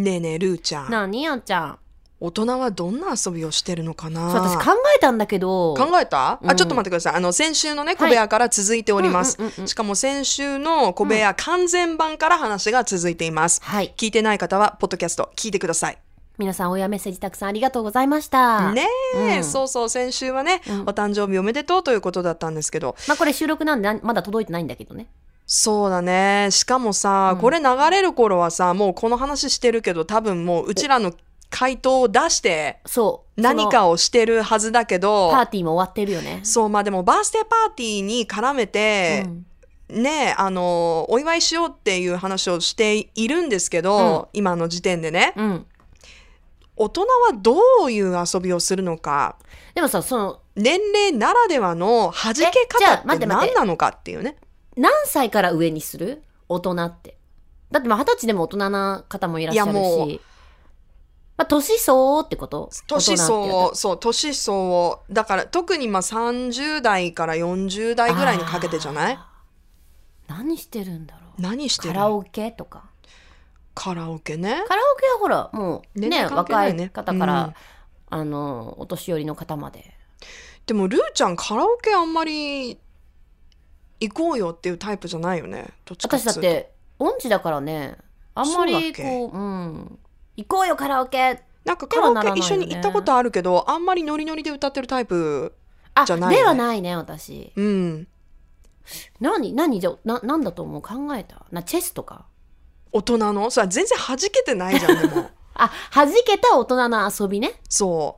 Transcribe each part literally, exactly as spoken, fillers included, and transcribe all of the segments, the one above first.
ねえねえルーちゃん、 なにあんちゃん。 大人はどんな遊びをしてるのかな。 そう私考えたんだけど。 考えた、うん、あちょっと待ってください。あの先週のね小部屋から続いております、はい、うんうんうんうん、しかも先週の小部屋、うん、完全版から話が続いています、はい、聞いてない方はポッドキャスト聞いてください。 皆さん親メッセージたくさんありがとうございましたねえ、うん、そうそう先週はね、うん、お誕生日おめでとうということだったんですけど、 まあこれ収録なんでまだ届いてないんだけどね。 そうだね。しかもさ、うん、これ流れる頃はさもうこの話してるけど多分もううちらの回答を出して何かをしてるはずだけど、 パーティーも終わってるよね。 そう、まあでもバースデーパーティーに絡めて、うん、ねあのお祝いしようっていう話をしているんですけど、うん、今の時点でね、うん、大人はどういう遊びをするのか。 でもさその年齢ならではの弾け方って何なのかっていうね。 何歳から上にする大人って。だってまあ二十歳でも大人な方もいらっしゃるし、まあ、年相応ってこと？ 年相応、そう、年相応。だから特にまあさんじゅう代からよんじゅう代ぐらいにかけてじゃない？ 何してるんだろう。 何してる？ カラオケとか。 カラオケね。 カラオケはほらもうね、ね若い方から、うん、あのお年寄りの方まで。 でもルーちゃんカラオケあんまり行こうよっていうタイプじゃないよね。どっちかっていうと。 私だって音痴だからね、あんまりこう、うん、行こうよカラオケ。 なんかカラオケ一緒に行ったことあるけど、あんまりノリノリで歌ってるタイプじゃない、ね、 あではないね私。 うん。 何何じゃななんだと思う？考えたな。チェスとか。 大人のそれ全然弾けてないじゃんでも。 あ弾けた大人の遊びね。 そう。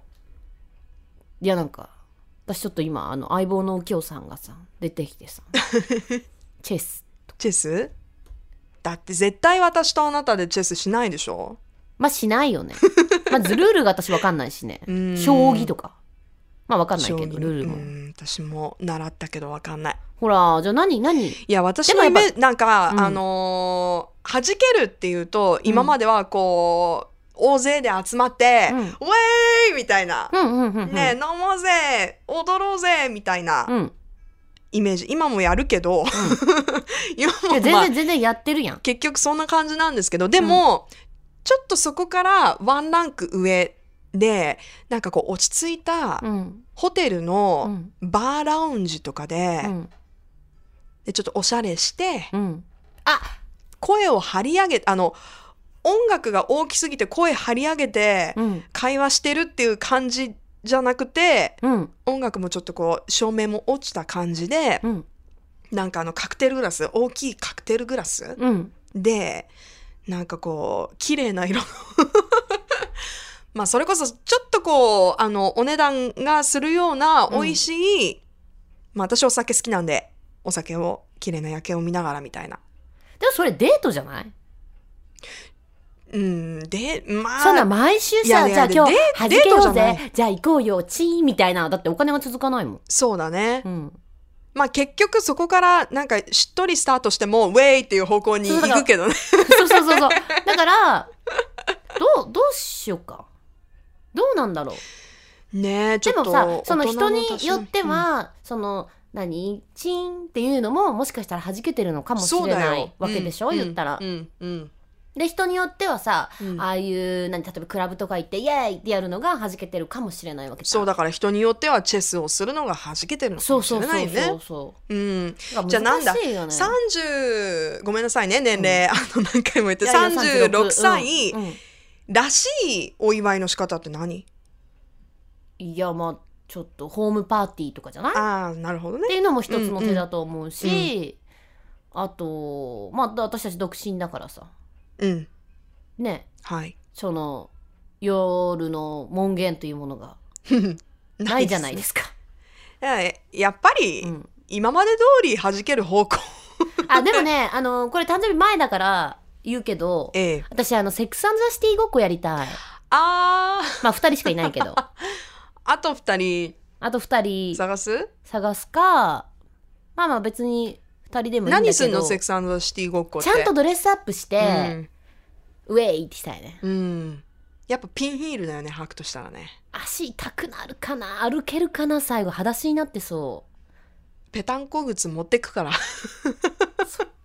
いやなんか私ちょっと今あの相棒の右京さんがさ出てきてさチェスチェスだって絶対私とあなたでチェスしないでしょ。 まあしないよね。まずルールが私分かんないしね。将棋とかまあ分かんないけどルールも。 うん私も習ったけど分かんない。 ほらじゃあ何何。いや私のイメージなんか、うん、あのー、弾けるっていうと今まではこう、うん、大勢で集まって、うん、ウェーイみたいな、うんうんうんうん、ね飲もうぜ踊ろうぜみたいな、うん、イメージ。今もやるけど、うん、 今も、まあ、全然全然やってるやん。 結局そんな感じなんですけどでも、うん、ちょっとそこからワンランク上でなんかこう落ち着いた、うん、ホテルのバーラウンジとかで、うん、でちょっとおしゃれして、うん、あ声を張り上げあの音楽が大きすぎて声張り上げて会話してるっていう感じじゃなくて、うん、音楽もちょっとこう照明も落ちた感じで、うん、なんかあのカクテルグラス大きいカクテルグラス、うん、でなんかこう綺麗な色のまあそれこそちょっとこうあのお値段がするような美味しい、うん、まあ私お酒好きなんでお酒を綺麗な夜景を見ながらみたいな。 でもそれデートじゃない？ うんでまあそんな毎週さじゃあ今日弾けようぜじゃあ行こうよチーンみたいなだってお金が続かないもん。 そうだね、うん、まあ結局そこからなんかしっとりスタートしてもウェイっていう方向に行くけどね。 そうそうそうそうだからどうどうしようか。どうなんだろうねえ。ちょっとでもさその人によっては、うん、その何チーンっていうのももしかしたら弾けてるのかもしれないわけでしょ、うん、言ったら、うんうん、で人によってはさ、うん、ああいう何例えばクラブとか行ってイエーイってやるのが弾けてるかもしれないわけ。 そうだから人によってはチェスをするのが弾けてるのかもしれないね。そうそうそうそう、うん、じゃあなんださんじゅうごめんなさいね年齢、うん、あの何回も言ってさんじゅうろくさい、うんうん、らしいお祝いの仕方って何？ いやまあちょっとホームパーティーとかじゃない？ ああなるほどね。 っていうのも一つの手だと思うし、うんうん、あとまあ私たち独身だからさ、うんね、はい、その夜の門限というものがないじゃないですか。 や, やっぱり、うん、今まで通り弾ける方向あでもねあのこれ誕生日前だから言うけど、ええ、私あのセックス&ザシティごっこやりたい。あまあふたりしかいないけどあとふたりあとふたり探す探すかまあまあ別にふたりでもいいんだけど。 何すんのセックス&ザシティごっこって。 ちゃんとドレスアップして、うん、ウェイってしたいね。 うんやっぱピンヒールだよね履くとしたらね。 足痛くなるかな歩けるかな最後裸足になってそう。 ペタンコ靴持ってくから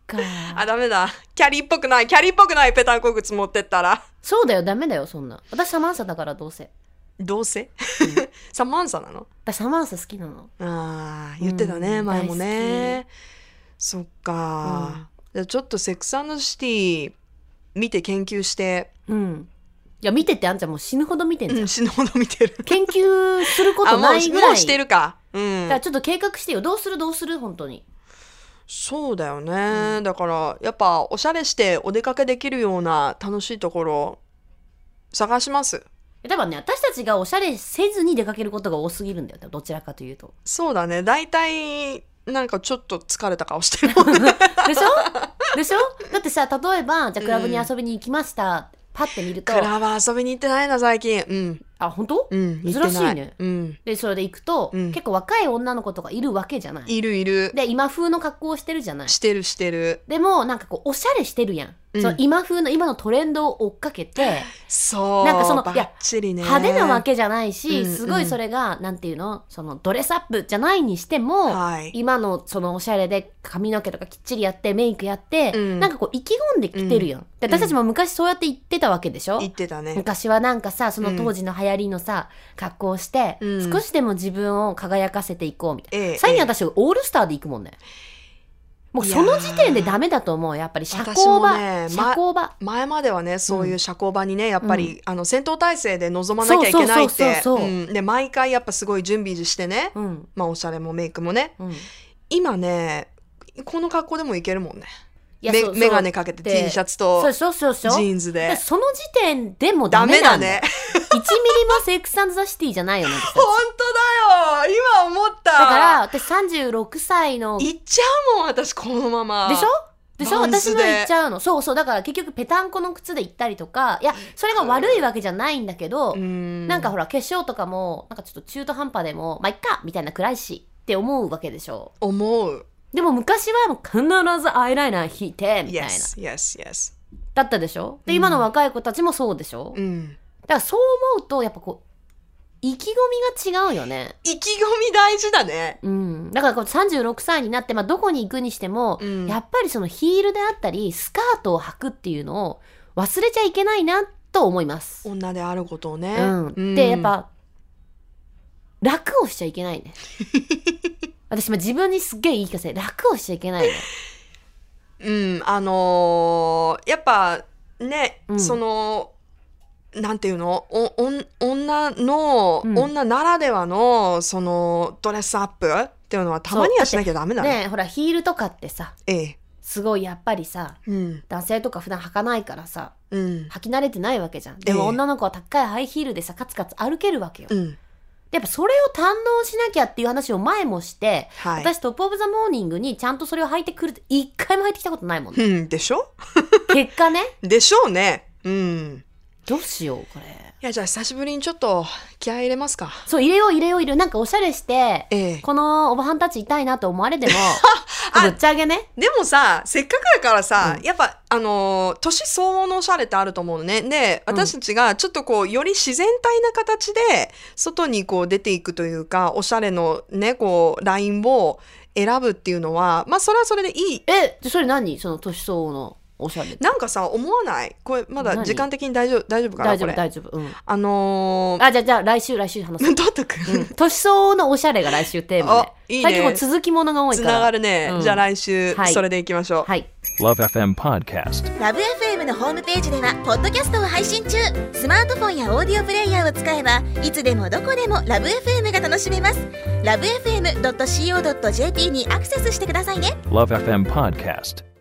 か。 あ、ダメだ。キャリーっぽくない。キャリーっぽくないペタンコ靴持ってったら。 そうだよ、ダメだよ、そんな。私サマンサだからどうせ。 どうせ、うん、サマンサなの？ 私サマンサ好きなの。 ああ、言ってたね、うん、前もね。そっか、うん、じゃあちょっとセックス&シティ見て研究して。 うん。いや見てってあんちゃんもう死ぬほど見てんじゃん、 うん、死ぬほど見てる。 研究することないぐらい。 もうしてるか。うん。 だからちょっと計画してよ。どうするどうする本当に。 そうだよね、うん、だからやっぱおしゃれしてお出かけできるような楽しいところ探します。 多分ね、私たちがおしゃれせずに出かけることが多すぎるんだよ、どちらかというと。 そうだね、大体なんかちょっと疲れた顔してるもんね。 でしょでしょ。だってさ、例えばじゃあクラブに遊びに行きました、うん、パッて見るとクラブ遊びに行ってないな最近。うん。 あ、本当？ うん、 珍しいね。うん。でそれで行くと、うん、結構若い女の子とかいるわけじゃない。 いるいる。 で今風の格好をしてるじゃない。 してるしてる。 でもなんかこうおしゃれしてるやん。うん、その今風の今のトレンドを追っかけて、 そうなんかそのバッチリね、 いや派手なわけじゃないし、うんうん、すごいそれがなんていうの、そのドレスアップじゃないにしても、はい、今のそのおしゃれで髪の毛とかきっちりやってメイクやって、うん、なんかこう意気込んできてるやん、うん、で私たちも昔そうやって言ってたわけでしょ。 言ってたね。 昔はなんかさ、その当時の流行りのさ、うん、格好をして、うん、少しでも自分を輝かせていこうみたいな、ええ、最近私オールスターで行くもんね。もうその時点でダメだと思う。やっぱり社交場、ね、社交場、 ま、前まではね、そういう社交場にね、やっぱり、うん、あの戦闘態勢で臨まなきゃいけないって、で毎回やっぱすごい準備してね、うん、まあおしゃれもメイクもね、うん、今ねこの格好でもいけるもんね。メガネかけて T シャツとジーンズで、 その時点でもダメなんだよ。ダメだね。いちミリもセックス&ザシティじゃないよね。 本当だよ、今思った。 だから私さんじゅうろくさいのいっちゃうもん、私このままでしょでしょ。私もいっちゃうの。そうそう。だから結局ペタンコの靴で行ったりとか、いやそれが悪いわけじゃないんだけど、んなんかほら化粧とかもなんかちょっと中途半端でもまあいっかみたいなくらいしって思うわけでしょ。 思う。でも昔はもう必ずアイライナー引いてみたいな、 yes, yes, yes. だったでしょ。で、うん、今の若い子たちもそうでしょ、うん、だからそう思うとやっぱこう意気込みが違うよね。 意気込み大事だね、 うん、だからこうさんじゅうろくさいになって、まあ、どこに行くにしても、うん、やっぱりそのヒールであったりスカートを履くっていうのを忘れちゃいけないなと思います。 女であることをね、 うんうん、でやっぱ楽をしちゃいけないね。私も自分にすっげえ言い聞かせ楽をしちゃいけないね。 うん、あのー、やっぱね、うん、そのなんていうの、おお女の、うん、女ならではのそのドレスアップっていうのはたまにはしなきゃダメだね。 ね、ほらヒールとかってさ、 ええ、 すごいやっぱりさ、うん、男性とか普段履かないからさ、うん、履き慣れてないわけじゃん。でも女の子は高いハイヒールでさカツカツ歩けるわけよ。うん、やっぱそれを堪能しなきゃっていう話を前もして、はい、私トップオブザモーニングにちゃんとそれを履いてくるって一回も履いてきたことないもんね。 うん、でしょ結果ね。 でしょうね。うん。 どうしようこれ。 いやじゃあ久しぶりにちょっと気合い入れますか。 そう入れよう入れよう入れよう。なんかおしゃれして、ええ、このおばはんたちいたいなと思われてもぶっちゃけね。 でもさせっかくだからさ、うん、やっぱあのー、年相応のおしゃれってあると思うのね。で私たちがちょっとこうより自然体な形で外にこう出ていくというかおしゃれのねこうラインを選ぶっていうのはまあそれはそれでいい。 えじゃそれ何その年相応のおしゃれなんかさ思わない？これまだ時間的に大丈夫大丈夫かな。 大丈夫大丈夫、うん、 あのー、 あじゃあじゃあ来週来週話す。 どうとく、 うん、年相応のおしゃれが来週テーマでいい、ね、最近も続きものが多いからつながるね、うん、じゃあ来週、はい、それでいきましょう。 はい LoveFM Podcast LoveFM のホームページではポッドキャストを配信中。スマートフォンやオーディオプレイヤーを使えばいつでもどこでも LoveFM が楽しめます。 ラブエフエムドットシーオードットジェーピー にアクセスしてくださいね。 LoveFM Podcast